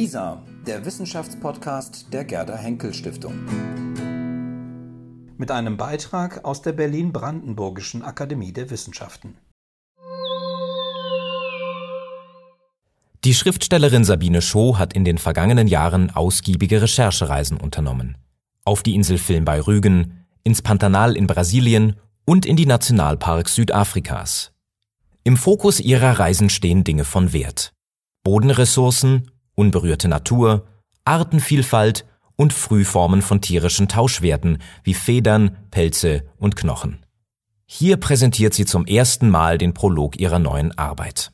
WISA, der Wissenschaftspodcast der Gerda Henkel Stiftung. Mit einem Beitrag aus der Berlin-Brandenburgischen Akademie der Wissenschaften. Die Schriftstellerin Sabine Scho hat in den vergangenen Jahren ausgiebige Recherchereisen unternommen. Auf die Insel Vilm bei Rügen, ins Pantanal in Brasilien und in die Nationalparks Südafrikas. Im Fokus ihrer Reisen stehen Dinge von Wert: Bodenressourcen, unberührte Natur, Artenvielfalt und Frühformen von tierischen Tauschwerten wie Federn, Pelze und Knochen. Hier präsentiert sie zum ersten Mal den Prolog ihrer neuen Arbeit.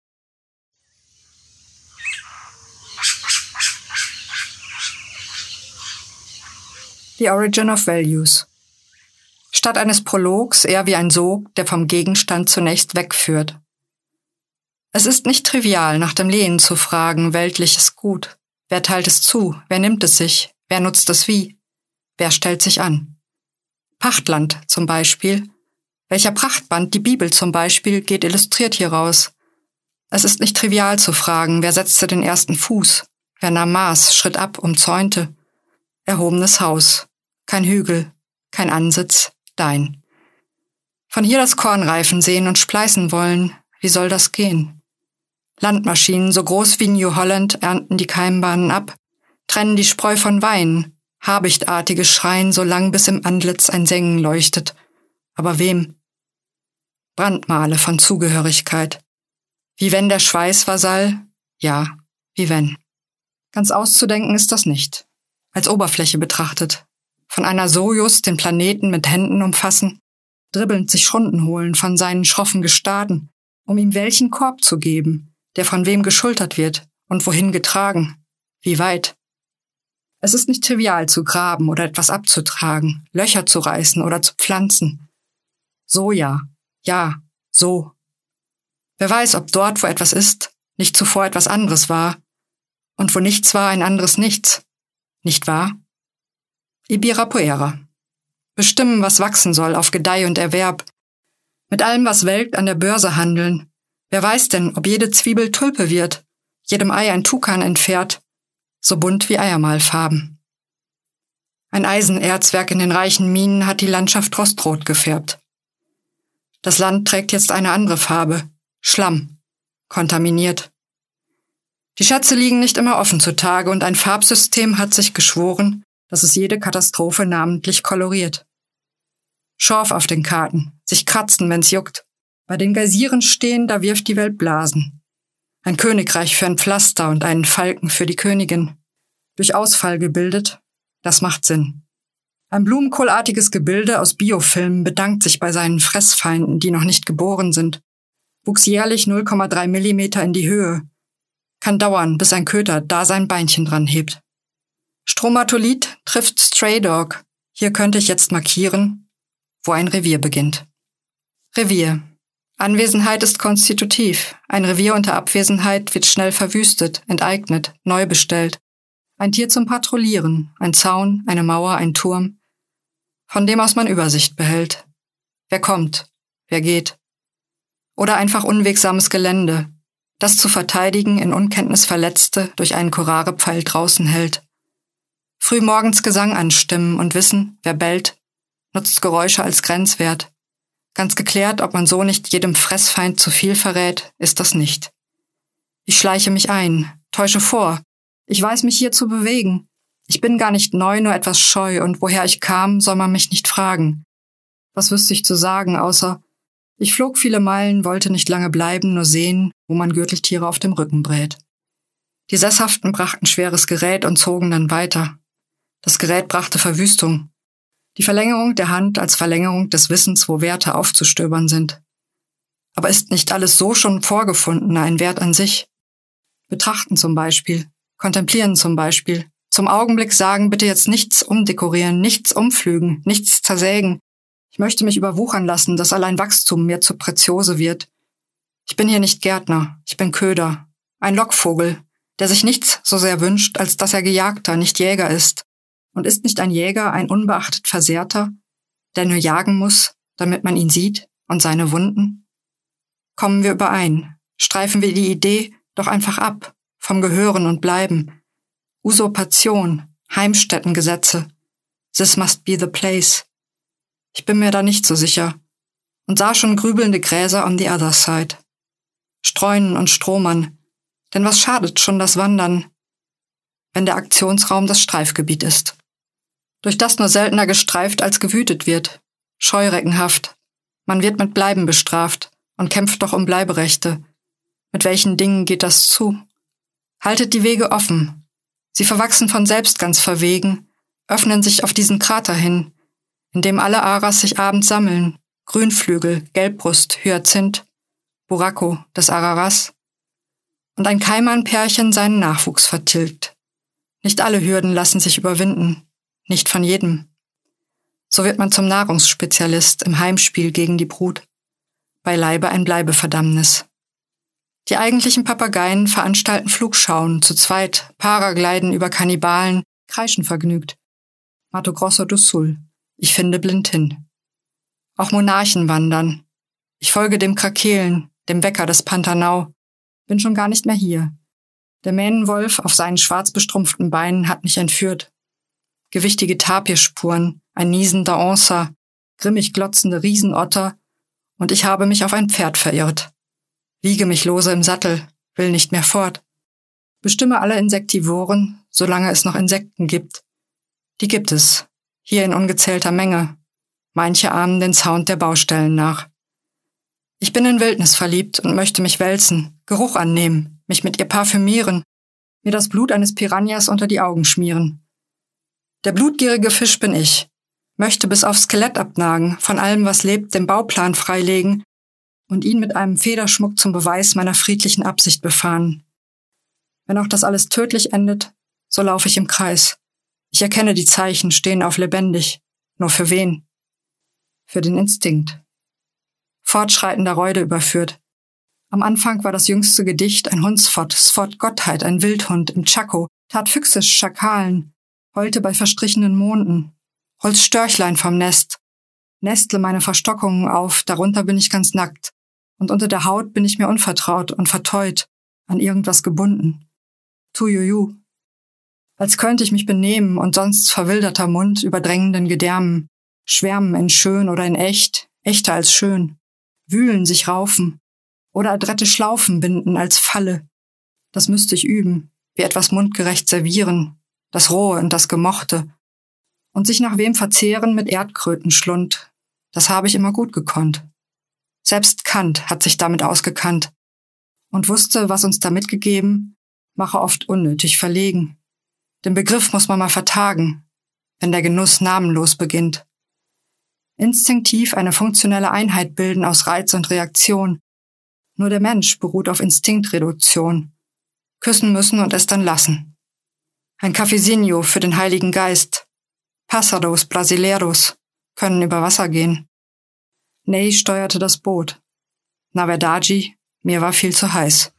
The Origin of Values. Statt eines Prologs eher wie ein Sog, der vom Gegenstand zunächst wegführt. Es ist nicht trivial, nach dem Lehen zu fragen, weltliches Gut. Wer teilt es zu? Wer nimmt es sich? Wer nutzt es wie? Wer stellt sich an? Pachtland zum Beispiel. Welcher Prachtband, die Bibel zum Beispiel, geht illustriert hieraus. Es ist nicht trivial zu fragen, wer setzte den ersten Fuß? Wer nahm Maß, schritt ab, umzäunte? Erhobenes Haus. Kein Hügel, kein Ansitz, dein. Von hier das Korn reifen sehen und spleißen wollen, wie soll das gehen? Landmaschinen, so groß wie New Holland, ernten die Keimbahnen ab, trennen die Spreu von Wein, habichtartige schreien, so lang bis im Antlitz ein Sengen leuchtet. Aber wem? Brandmale von Zugehörigkeit. Wie wenn der Schweiß Vasall? Ja, wie wenn. Ganz auszudenken ist das nicht. Als Oberfläche betrachtet. Von einer Sojus den Planeten mit Händen umfassen, dribbelnd sich Schrunden holen von seinen schroffen Gestaden, um ihm welchen Korb zu geben, der von wem geschultert wird und wohin getragen, wie weit. Es ist nicht trivial zu graben oder etwas abzutragen, Löcher zu reißen oder zu pflanzen. So ja, so. Wer weiß, ob dort, wo etwas ist, nicht zuvor etwas anderes war und wo nichts war, ein anderes Nichts. Nicht wahr? Ibirapuera. Bestimmen, was wachsen soll auf Gedeih und Erwerb. Mit allem, was welkt, an der Börse handeln. Wer weiß denn, ob jede Zwiebel Tulpe wird, jedem Ei ein Tukan entfährt, so bunt wie Eiermalfarben. Ein Eisenerzwerk in den reichen Minen hat die Landschaft rostrot gefärbt. Das Land trägt jetzt eine andere Farbe, Schlamm, kontaminiert. Die Schätze liegen nicht immer offen zutage und ein Farbsystem hat sich geschworen, dass es jede Katastrophe namentlich koloriert. Schorf auf den Karten, sich kratzen, wenn's juckt. Bei den Geysiren stehen, da wirft die Welt Blasen. Ein Königreich für ein Pflaster und einen Falken für die Königin. Durch Ausfall gebildet, das macht Sinn. Ein blumenkohlartiges Gebilde aus Biofilmen bedankt sich bei seinen Fressfeinden, die noch nicht geboren sind. Wuchs jährlich 0,3 Millimeter in die Höhe. Kann dauern, bis ein Köter da sein Beinchen dran hebt. Stromatolith trifft Stray Dog. Hier könnte ich jetzt markieren, wo ein Revier beginnt. Revier. Anwesenheit ist konstitutiv. Ein Revier unter Abwesenheit wird schnell verwüstet, enteignet, neu bestellt. Ein Tier zum Patrouillieren, ein Zaun, eine Mauer, ein Turm, von dem aus man Übersicht behält. Wer kommt, wer geht. Oder einfach unwegsames Gelände, das zu verteidigen in Unkenntnis Verletzte durch einen Curare-Pfeil draußen hält. Frühmorgens Gesang anstimmen und wissen, wer bellt, nutzt Geräusche als Grenzwert. Ganz geklärt, ob man so nicht jedem Fressfeind zu viel verrät, ist das nicht. Ich schleiche mich ein, täusche vor. Ich weiß mich hier zu bewegen. Ich bin gar nicht neu, nur etwas scheu, und woher ich kam, soll man mich nicht fragen. Was wüsste ich zu sagen, außer ich flog viele Meilen, wollte nicht lange bleiben, nur sehen, wo man Gürteltiere auf dem Rücken brät. Die Sesshaften brachten schweres Gerät und zogen dann weiter. Das Gerät brachte Verwüstung. Die Verlängerung der Hand als Verlängerung des Wissens, wo Werte aufzustöbern sind. Aber ist nicht alles so schon vorgefunden, ein Wert an sich? Betrachten zum Beispiel, kontemplieren zum Beispiel, zum Augenblick sagen, bitte jetzt nichts umdekorieren, nichts umpflügen, nichts zersägen. Ich möchte mich überwuchern lassen, dass allein Wachstum mir zu Preziose wird. Ich bin hier nicht Gärtner, ich bin Köder, ein Lockvogel, der sich nichts so sehr wünscht, als dass er Gejagter, nicht Jäger ist. Und ist nicht ein Jäger ein unbeachtet Versehrter, der nur jagen muss, damit man ihn sieht und seine Wunden? Kommen wir überein, streifen wir die Idee doch einfach ab, vom Gehören und Bleiben, Usurpation, Heimstättengesetze. This must be the place. Ich bin mir da nicht so sicher und sah schon grübelnde Gräser on the other side. Streunen und Stromern, denn was schadet schon das Wandern, wenn der Aktionsraum das Streifgebiet ist, durch das nur seltener gestreift als gewütet wird, scheureckenhaft. Man wird mit Bleiben bestraft und kämpft doch um Bleiberechte. Mit welchen Dingen geht das zu? Haltet die Wege offen. Sie verwachsen von selbst ganz verwegen, öffnen sich auf diesen Krater hin, in dem alle Aras sich abends sammeln, Grünflügel, Gelbbrust, Hyazinth, Buraco, das Araras, und ein Kaiman-Pärchen seinen Nachwuchs vertilgt. Nicht alle Hürden lassen sich überwinden, nicht von jedem. So wird man zum Nahrungsspezialist im Heimspiel gegen die Brut, beileibe ein Bleibeverdammnis. Die eigentlichen Papageien veranstalten Flugschauen, zu zweit, Paragliden über Kannibalen, kreischen vergnügt. Mato Grosso do Sul, ich finde blind hin. Auch Monarchen wandern. Ich folge dem Krakelen, dem Wecker des Pantanal, bin schon gar nicht mehr hier. Der Mähnenwolf auf seinen schwarz bestrumpften Beinen hat mich entführt. Gewichtige Tapirspuren, ein niesender Onça, grimmig glotzende Riesenotter, und ich habe mich auf ein Pferd verirrt. Wiege mich lose im Sattel, will nicht mehr fort. Bestimme alle Insektivoren, solange es noch Insekten gibt. Die gibt es, hier in ungezählter Menge. Manche ahmen den Sound der Baustellen nach. Ich bin in Wildnis verliebt und möchte mich wälzen, Geruch annehmen, mich mit ihr parfümieren, mir das Blut eines Piranhas unter die Augen schmieren. Der blutgierige Fisch bin ich, möchte bis aufs Skelett abnagen, von allem, was lebt, den Bauplan freilegen und ihn mit einem Federschmuck zum Beweis meiner friedlichen Absicht befahren. Wenn auch das alles tödlich endet, so laufe ich im Kreis. Ich erkenne die Zeichen, stehen auf lebendig. Nur für wen? Für den Instinkt. Fortschreitender Reude überführt. Am Anfang war das jüngste Gedicht ein Hundsfott, Sfott Gottheit, ein Wildhund im Chaco, tat Füchse, Schakalen, heulte bei verstrichenen Monden, holz Störchlein vom Nest, nestle meine Verstockungen auf, darunter bin ich ganz nackt, und unter der Haut bin ich mir unvertraut und verteut, an irgendwas gebunden. Tujuju. Als könnte ich mich benehmen und sonst verwilderter Mund über drängenden Gedärmen, schwärmen in schön oder in echt, echter als schön, wühlen, sich raufen oder adrette Schlaufen binden als Falle. Das müsste ich üben, wie etwas mundgerecht servieren, das Rohe und das Gemochte, und sich nach wem verzehren mit Erdkrötenschlund, das habe ich immer gut gekonnt. Selbst Kant hat sich damit ausgekannt und wusste, was uns da mitgegeben, mache oft unnötig verlegen. Den Begriff muss man mal vertagen, wenn der Genuss namenlos beginnt. Instinktiv eine funktionelle Einheit bilden aus Reiz und Reaktion. Nur der Mensch beruht auf Instinktreduktion. Küssen müssen und es dann lassen. Ein Cafezinho für den Heiligen Geist. Pássaros brasileiros können über Wasser gehen. Ney steuerte das Boot. Na verdade, mir war viel zu heiß.